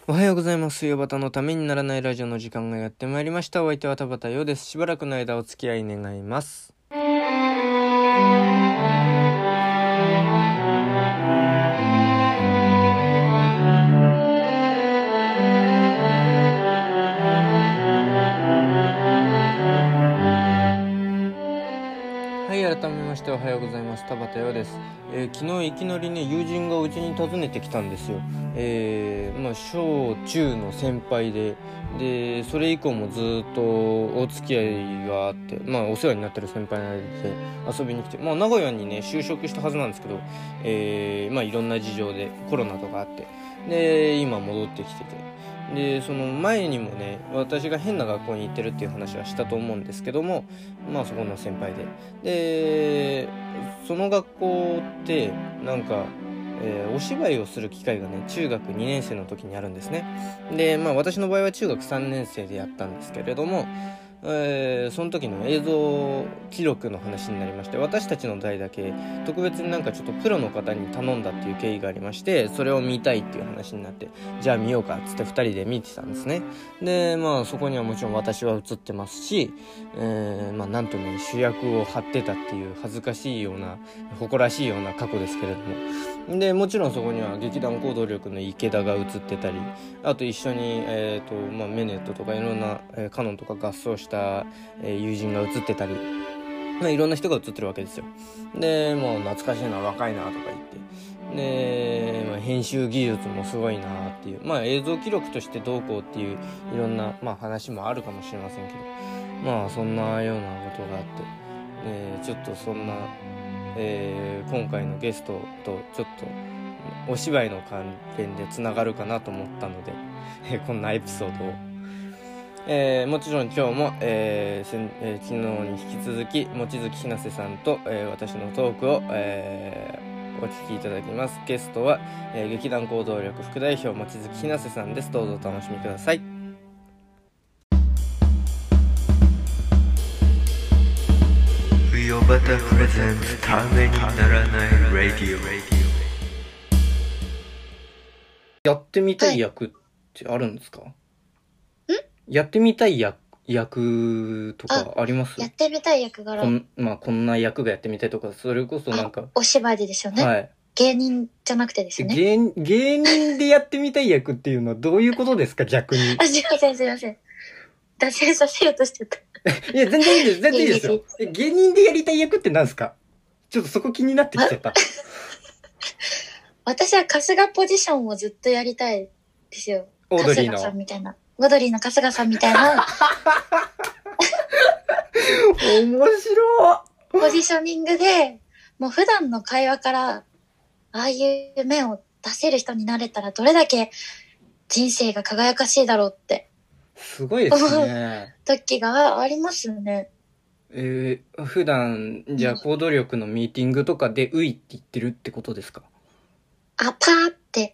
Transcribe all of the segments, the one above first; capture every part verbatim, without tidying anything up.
おはようございます。水曜バタのためにならないラジオの時間がやってまいりました。お相手は田畑陽です。しばらくの間お付き合い願います。はい、改めましておはようございます。田畑陽です。えー、昨日いきなりね、友人がうちに訪ねてきたんですよ。えー、まあ小中の先輩で、でそれ以降もずっとお付き合いがあって、まあお世話になってる先輩なので遊びに来て、まあ名古屋にね就職したはずなんですけど、えー、まあいろんな事情でコロナとかあって、で今戻ってきてて。でその前にもね、私が変な学校に行ってるっていう話はしたと思うんですけども、まあそこの先輩ででその学校ってなんか、えーお芝居をする機会がね中学にねん生の時にあるんですね。でまあ私の場合は中学さんねん生でやったんですけれども、えーその時の映像記録の話になりまして、私たちの代だけ特別になんかちょっとプロの方に頼んだっていう経緯がありまして、それを見たいっていう話になって、じゃあ見ようかっつってふたりで見てたんですね。でまあそこにはもちろん私は映ってますし、えーまあなんとね主役を張ってたっていう恥ずかしいような誇らしいような過去ですけれども、でもちろんそこには劇団行動力の池田が映ってたり、あと一緒に、えーとまあ、メネットとかいろんな、えーカノンとか合奏した、えー友人が映ってたり、まあ、いろんな人が映ってるわけですよ。でもう懐かしいな若いなとか言って、で、まあ、編集技術もすごいなっていう、まあ映像記録としてどうこうっていういろんな、まあ、話もあるかもしれませんけど、まあそんなようなことがあって、でちょっとそんな、えー今回のゲストとちょっとお芝居の関連でつながるかなと思ったので、えーこんなエピソードを、えーもちろん今日も、えーせんえー昨日に引き続き望月ひなせさんと、えー私のトークを、えーお聞きいただきます。ゲストは、えー劇団行動力副代表望月ひなせさんです。どうぞお楽しみください。 冬バタプレゼンツためにならないラディオ。 やってみたい役ってあるんですか？やってみたい役役とかあります？ やってみたい役柄こん、まあ、こんな役がやってみたいとか、それこそなんか、 お芝居でですよね、 はい。 芸人じゃなくてですよね。 芸、芸人でやってみたい役っていうのはどういうことですか、逆に。 あ、すいませんすいません。脱線させようとしてた。 いや、全然いいです、全然いいですよ。え芸人でやりたい役って何ですか？ちょっとそこ気になってきちゃった。 私は春日ポジションをずっとやりたいですよ。 オードリーの春日さんみたいな。オードリーの春日さんみたいな面白ポジショニングで、もう普段の会話から、ああいう面を出せる人になれたらどれだけ人生が輝かしいだろうってすごいですね。 時がありますね。 えー、普段、じゃあ行動力のミーティングとかで、ういって言ってるってことですか？ あ、パーって。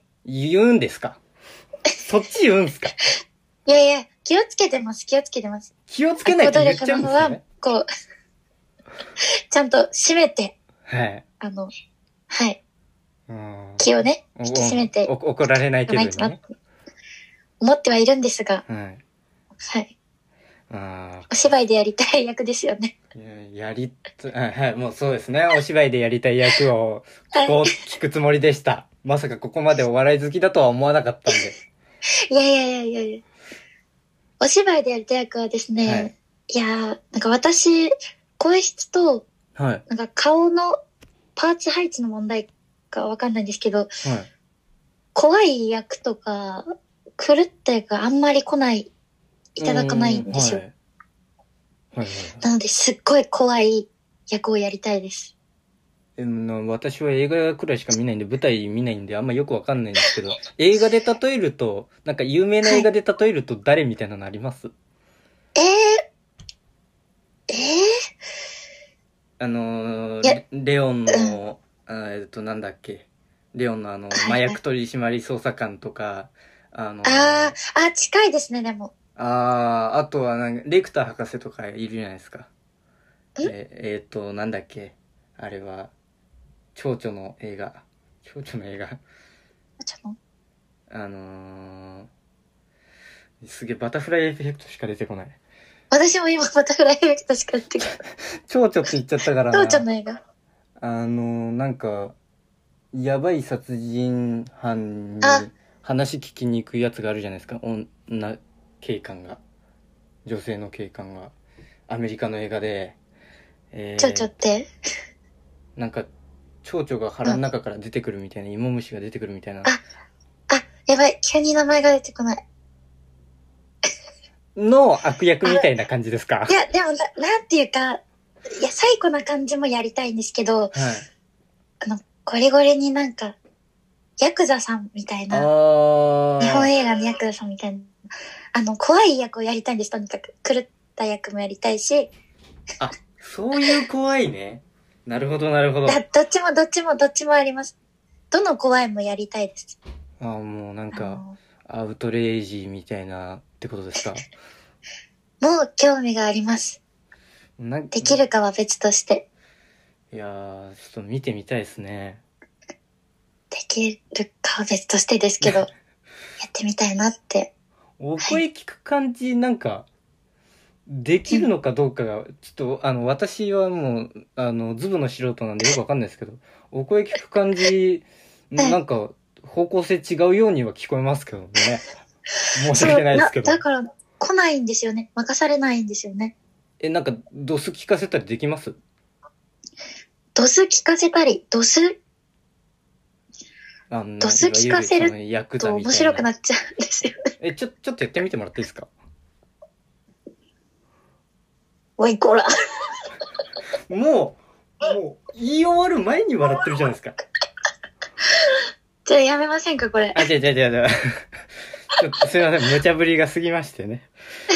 言うんですか？そっち言うんすか？ いやいや、気をつけてます、気をつけてます。 気をつけないと言っちゃうんです行動力の方はね。 こう、ちゃんと締めて、 はい。 あの、はい。 うん気をね、 お引き締めてお怒られない程度にね。 思ってはいるんですが、 はい。 はい。 あお芝居でやりたい役ですよね。 ーややりつ、はい、はい、もうそうですね。お芝居でやりたい役を、こう聞くつもりでした。まさかここまでお笑い好きだとは思わなかったんで。 いやいやいやいやいや。お芝居でやりたい役はですね、 はいい、やー、なんか私、声質と、 はい。 なんか顔のパーツ配置の問題かわかんないんですけど、 はい。 怖い役とか、狂った役があんまり来ない、いただかないんですよ。 はい。はいはいなので、すっごい怖い役をやりたいです。 えー私は映画くらいしか見ないんで、舞台見ないんであんまよくわかんないんですけど、映画で例えると、なんか有名な映画で例えると誰みたいなのあります？ えー、えー、 あのいやー、レレオンの、あーえっと、なんだっけ。レオンのあの、 はいはい麻薬取締捜査官とか、あのー、 あー、あ、近いですね、でも。 あー、あとはなんか、レクター博士とかいるじゃないですか。 んえー、えーと、なんだっけ。あれは、蝶々の映画。蝶々の映画。 ちょっとあのー、 すげえバタフライエフェクトしか出てこない。 私も今バタフライエフェクトしか出てこない。 蝶々って言っちゃったからな。 蝶々の映画。 あのなんかやばい殺人犯にあ話聞きに行くやつがあるじゃないですか。女警官が、女性の警官がアメリカの映画で、えー、 蝶々ってなんか蝶々が腹の中から出てくるみたいな、芋虫が出てくるみたいな。 あ、あ、やばい、急に名前が出てこない。 の悪役みたいな感じですか？ いや、でもな、なんていうか、いや、最古な感じもやりたいんですけど、 はい。 あの、ゴリゴリになんか、ヤクザさんみたいな、 あ日本映画のヤクザさんみたいな、あの、怖い役をやりたいんです、とにかく。狂った役もやりたいし。 あ、そういう怖いね。なるほど、なるほど。 だどっちも、どっちも、どっちもあります。どの怖いもやりたいです。 あ、もうなんか、 あのアウトレイジみたいなってことですか？ もう興味があります。 なんできるかは別として。 いやー、ちょっと見てみたいですね。 できるかは別としてですけど、やってみたいなって。 お声聞く感じ、なんか、できるのかどうかが、ちょっと、あの、私はもう、あの、ズブの素人なんでよくわかんないですけど、お声聞く感じ、なんか、方向性違うようには聞こえますけどね。申し訳ないですけど。 だから、来ないんですよね。任されないんですよね。 え、なんか、ドス聞かせたりできます？ ドス聞かせたり、ドスあのドス聞かせると面白くなっっちゃうんですよね。 え、ちょ、ちょっとやってみてもらっていいですか？ おい、こら。 もう、もう、言い終わる前に笑ってるじゃないですか。 じゃあやめませんか、これ。 あ、違う違う違う違う。ちょっとすいません、無茶ぶりが過ぎましてね。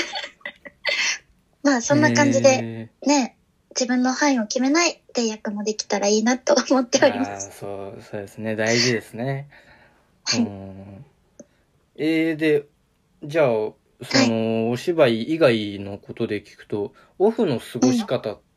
まあ、そんな感じで、 えね、自分の範囲を決めないで役もできたらいいなと思っておりまー、あーす。 そう、そうですね。大事ですね。 はいうんえー、で、じゃあ、その、お芝居以外のことで聞くと、オフの過ごし方って、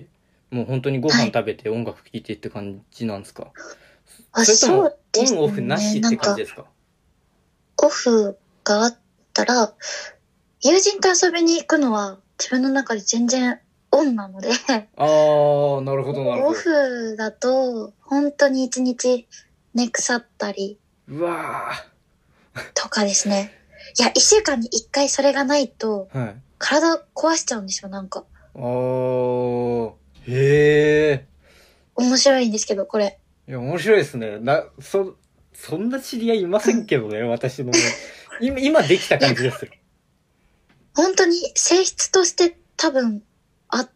もう本当にご飯食べて音楽聴いてって感じなんですか？ あ、 それともそうですね。 オンオフなしって感じですか？ オフがあったら、友人と遊びに行くのは自分の中で全然オンなので、 あー、なるほどなるほオど。 フだと本当に一日寝腐ったりうわとかですね。いや、一週間に一回それがないとー。はい。 体壊しちゃうんですよ、なんか。 あー、へえ。 面白いんですけど、これ。 いや、面白いですね。な、そ、そんな知り合いいませんけどね、私のね。今、今できた感じですよ。 本当に性質として多分あって、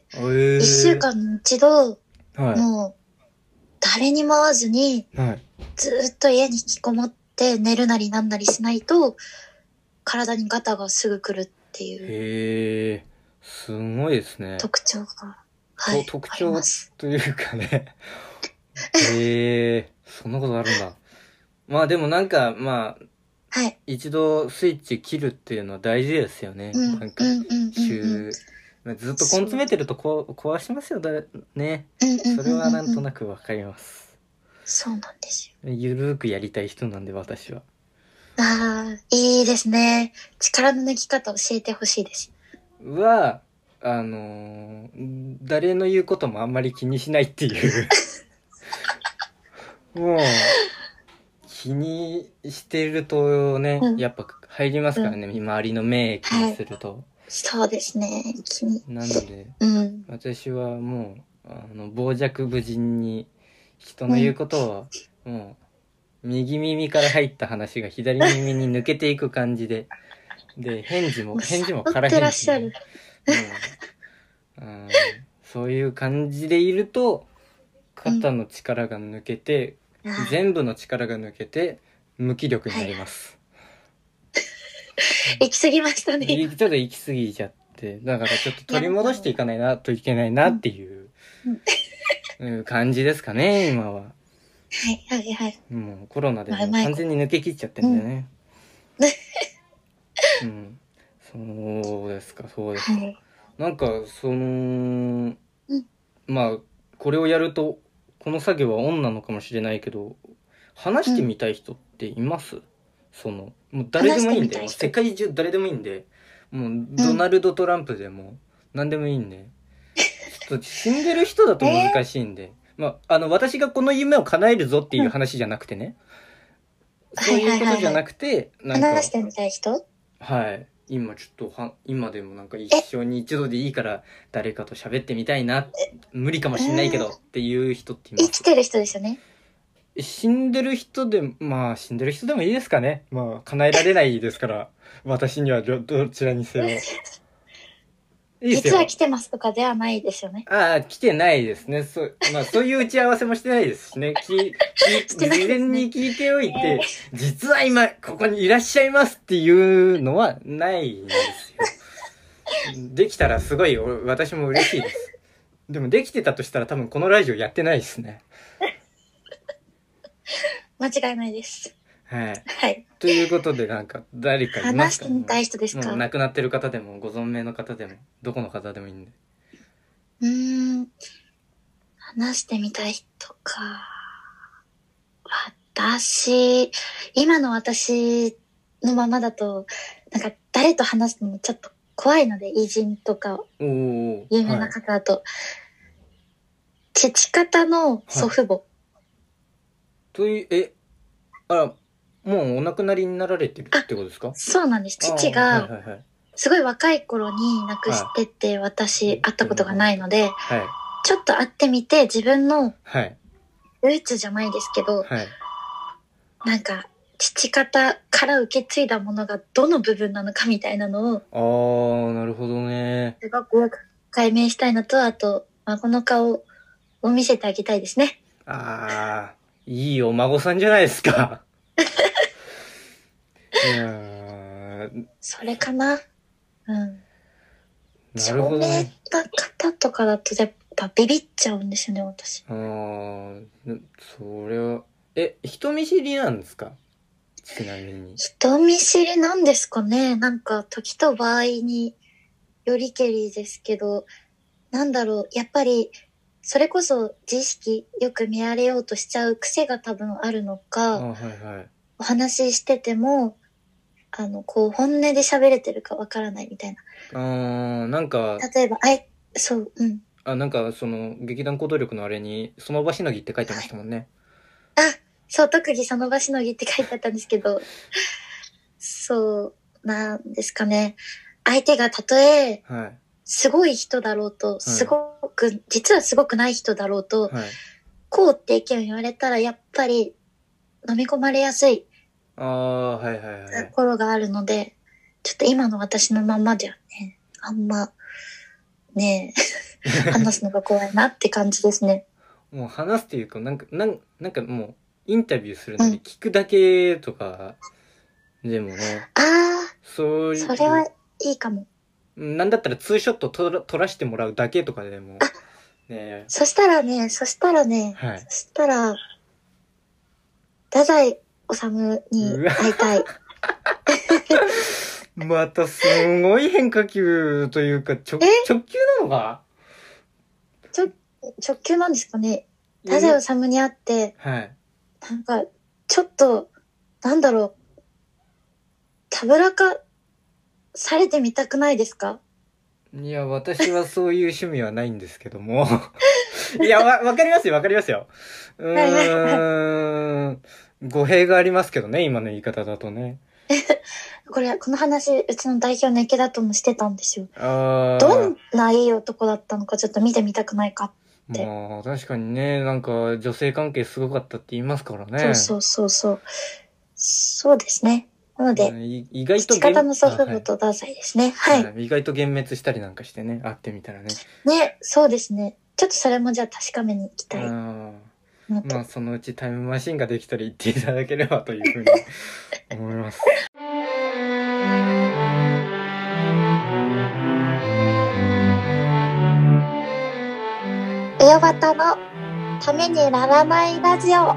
へー一週間に一度、 はい。 もう誰にも会わずにはい。 ずーっと家に引きこもって寝るなりなんなりしないと体にガタがすぐ来るっていうへえ、すごいですね。 特徴が、はい、ありと特徴ます。 というかね。へえ、そんなことあるんだ。まあでもなんか、まあ、 はい。 一度スイッチ切るっていうのは大事ですよね。 うん、うん、 なんか、 うん、うん、うん。 週、まあずっと根詰めてるとこ壊しますよだね。 うんうんうんうんうんそれはなんとなくわかります。 そうなんですよ。 ゆるーくやりたい人なんで私は。 ああ、いいですね。力の抜き方教えてほしいです。 は、あのー誰の言うこともあんまり気にしないっていう。もう、気にしてるとね、 うんやっぱ入りますからね、周りの目気にすると。 そうですね。気に。 なので、 うん。 私はもう、あの、傍若無人に、人の言うことは、もう、右耳から入った話が左耳に抜けていく感じで、で、返事も、 もう返事も悟って空返事らっしゃる。 うんうんそういう感じでいると、肩の力が抜けて、 あー全部の力が抜けて、無気力になります。 行き過ぎましたね。 いちょっと行き過ぎちゃって、だからちょっと取り戻していかないなといけないなっていう、うん感じですかね、今は。 はい、はい、はい。 もうコロナでもうまあうまい完全に抜け切っちゃってるんだよね。うん。そうですか、そうですか。 はい。 なんか、その、 うんまあ、これをやると、この作業はオンなのかもしれないけど、話してみたい人っています？その、 もう誰でもいいんで、 話してみたい人世界中誰でもいいんで、もうドナルド・トランプでも何でもいいんで、ちょっと死んでる人だと難しいんで、まあ、あの、私がこの夢を叶えるぞっていう話じゃなくてね、そういうことじゃなくて、なんか、 話してみたい人はい。今ちょっとは、今でもなんか一生に一度でいいから誰かと喋ってみたいな。無理かもしんないけどっていう人っています。 生きてる人ですよね。 死んでる人で、まあ死んでる人でもいいですかね。まあ叶えられないですから、私にはど、どちらにせよ。いいですよ。 実は来てますとかではないですよね。 ああ、来てないですね。そう、まあそういう打ち合わせもしてないですしね。き、き、事前に聞いておいて、実は今ここにいらっしゃいますっていうのはないんですよ。できたらすごい私も嬉しいです。でもできてたとしたら多分このラジオやってないですね。 間違いないです。 はい。 はい。 ということでなんか誰かいますか？ 話してみたい人ですか？ もう亡くなってる方でもご存命の方でもどこの方でもいいんで。 うーん。話してみたい人か。私、今の私のままだと、なんか誰と話すのもちょっと怖いので、偉人とかおー、 有名な方だと。はい、父方の祖父母。はい、 という、え、あら、もうお亡くなりになられてるってことですか？ そうなんです。父が、すごい若い頃に亡くしてて、はい、私会ったことがないので、はい、ちょっと会ってみて自分のルーツじゃないですけど、はい、なんか父方から受け継いだものがどの部分なのかみたいなのを、 あー、なるほどね。 すごく解明したいのと、あと孫の顔を見せてあげたいですね。 あー、いいお孫さんじゃないですか。いやー、 それかな。うん。 なるほどね。 著名な方とかだとやっぱビビっちゃうんですよね、私。 あー、それは、え、人見知りなんですか？ちなみに。人見知りなんですかね。なんか時と場合によりけりですけど、なんだろう、やっぱりそれこそ自意識よく見られようとしちゃう癖が多分あるのか、 あ、はいはい、 お話ししてても、あの、こう、本音で喋れてるかわからないみたいな。 あー、なんか。 例えば、あい、そう、うん。 あ、なんか、その、劇団行動力のあれに、その場しのぎって書いてましたもんね。 はい、あ、そう、特技その場しのぎって書いてあったんですけど、そう、なんですかね。相手がたとえ、はい、すごい人だろうと、すごく、はい、実はすごくない人だろうと、はい、こうって意見を言われたら、やっぱり、飲み込まれやすい。 ああ、はいはいはい。 ところがあるので、ちょっと今の私のまんまではね、あんま、ねえ、話すのが怖いなって感じですね。 もう話すっていうか、なんか、なん、なんかもう、インタビューするのに聞くだけとか、でもね。 ああ、 そういう。 それはいいかも。 なんだったらツーショット撮ら、撮らしてもらうだけとかでも。 あ、ね、そしたらね、そしたらね、はい、そしたら、太宰治に会いたい。 またすごい変化球というか、直、直球なのか？ ちょ、直球なんですかね。太宰治に会って、 はい。 なんか、ちょっと、なんだろう、たぶらかされてみたくないですか？ いや、私はそういう趣味はないんですけども。いや、わ、わかりますよ、わかりますよ。うーん。語弊がありますけどね、今の言い方だとね。 これ、この話、うちの代表の池田ともしてたんですよ。あどんないい男だったのかちょっと見てみたくないかって。 まあ、確かにね、なんか女性関係すごかったって言いますからね。 そうそうそうそう。そうですね。なので、 意外と。 父方の祖父母と太宰ですね。はい、はい。 意外と幻滅したりなんかしてね、会ってみたらね。 ね、そうですね。ちょっとそれもじゃあ確かめに行きたい。 まあそのうちタイムマシンができたら言っていただければというふうに思います。 うよばたのためにならないラジオ。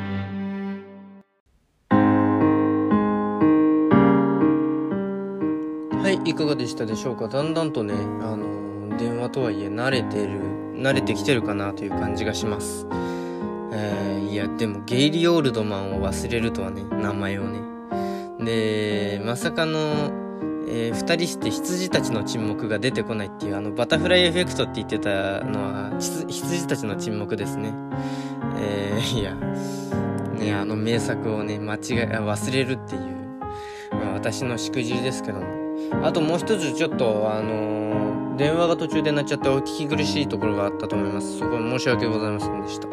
はい、いかがでしたでしょうか。だんだんとね、あの電話とはいえ慣れてる慣れてきてるかなという感じがします。えー、いやでもゲイリー・オールドマンを忘れるとはね、名前をね。 でまさかの、えー、二人して羊たちの沈黙が出てこないっていう、あのバタフライエフェクトって言ってたのは羊たちの沈黙ですね。えー、いやね、あの名作をね間違え忘れるっていう、まあ、私のしくじりですけども、あともう一つちょっとあのー、電話が途中で鳴っちゃってお聞き苦しいところがあったと思います。そこは申し訳ございませんでした。あ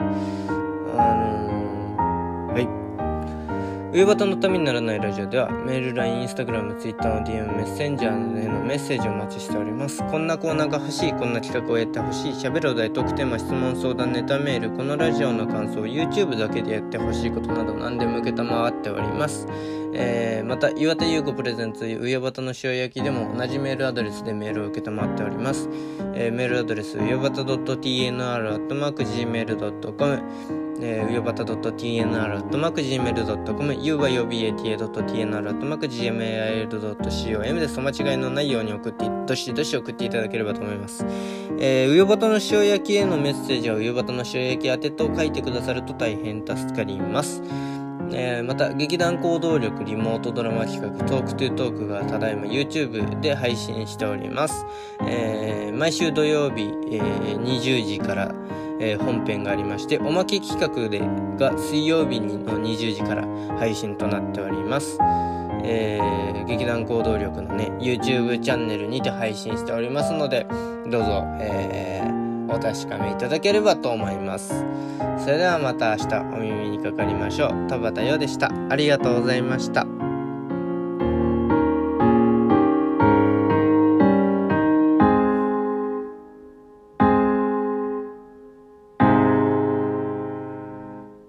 のー、はい冬バタのためにならないラジオではメール、ライン、インスタグラム、ツイッターの ディーエム、メッセンジャーへのメッセージをお待ちしております。こんなコーナーが欲しい、こんな企画をやってほしい、喋るお題、トークテーマ、質問、相談、ネタメール、このラジオの感想、YouTube だけでやってほしいことなど何でも受けたまわっております。えー、また岩田優子プレゼンツうよばたの塩焼きでも同じメールアドレスでメールを受けたまっております。えー、メールアドレスうよばた .tnr アットマーク ジーメールドットコム、えー、うよばた .tnr アットマーク ジーメールドットコム、 ユーワイオービーエーティーエードットティーエヌアール アットマーク ジーエムエーアイエルドットコム です。お間違いのないように送ってどしどし送っていただければと思います。えー、うよばたの塩焼きへのメッセージはうよばたの塩焼き宛てと書いてくださると大変助かります。えー、また劇団行動力リモートドラマ企画トークトゥートークがただいま YouTube で配信しております。えー、毎週土曜日、えー、にじゅうじから、えー、本編がありまして、おまけ企画でが水曜日のにじゅうじから配信となっております。えー、劇団行動力のね YouTube チャンネルにて配信しておりますので、どうぞ、えーお確かめいただければと思います。それではまた明日お耳にかかりましょう。田畑陽でした。ありがとうございました。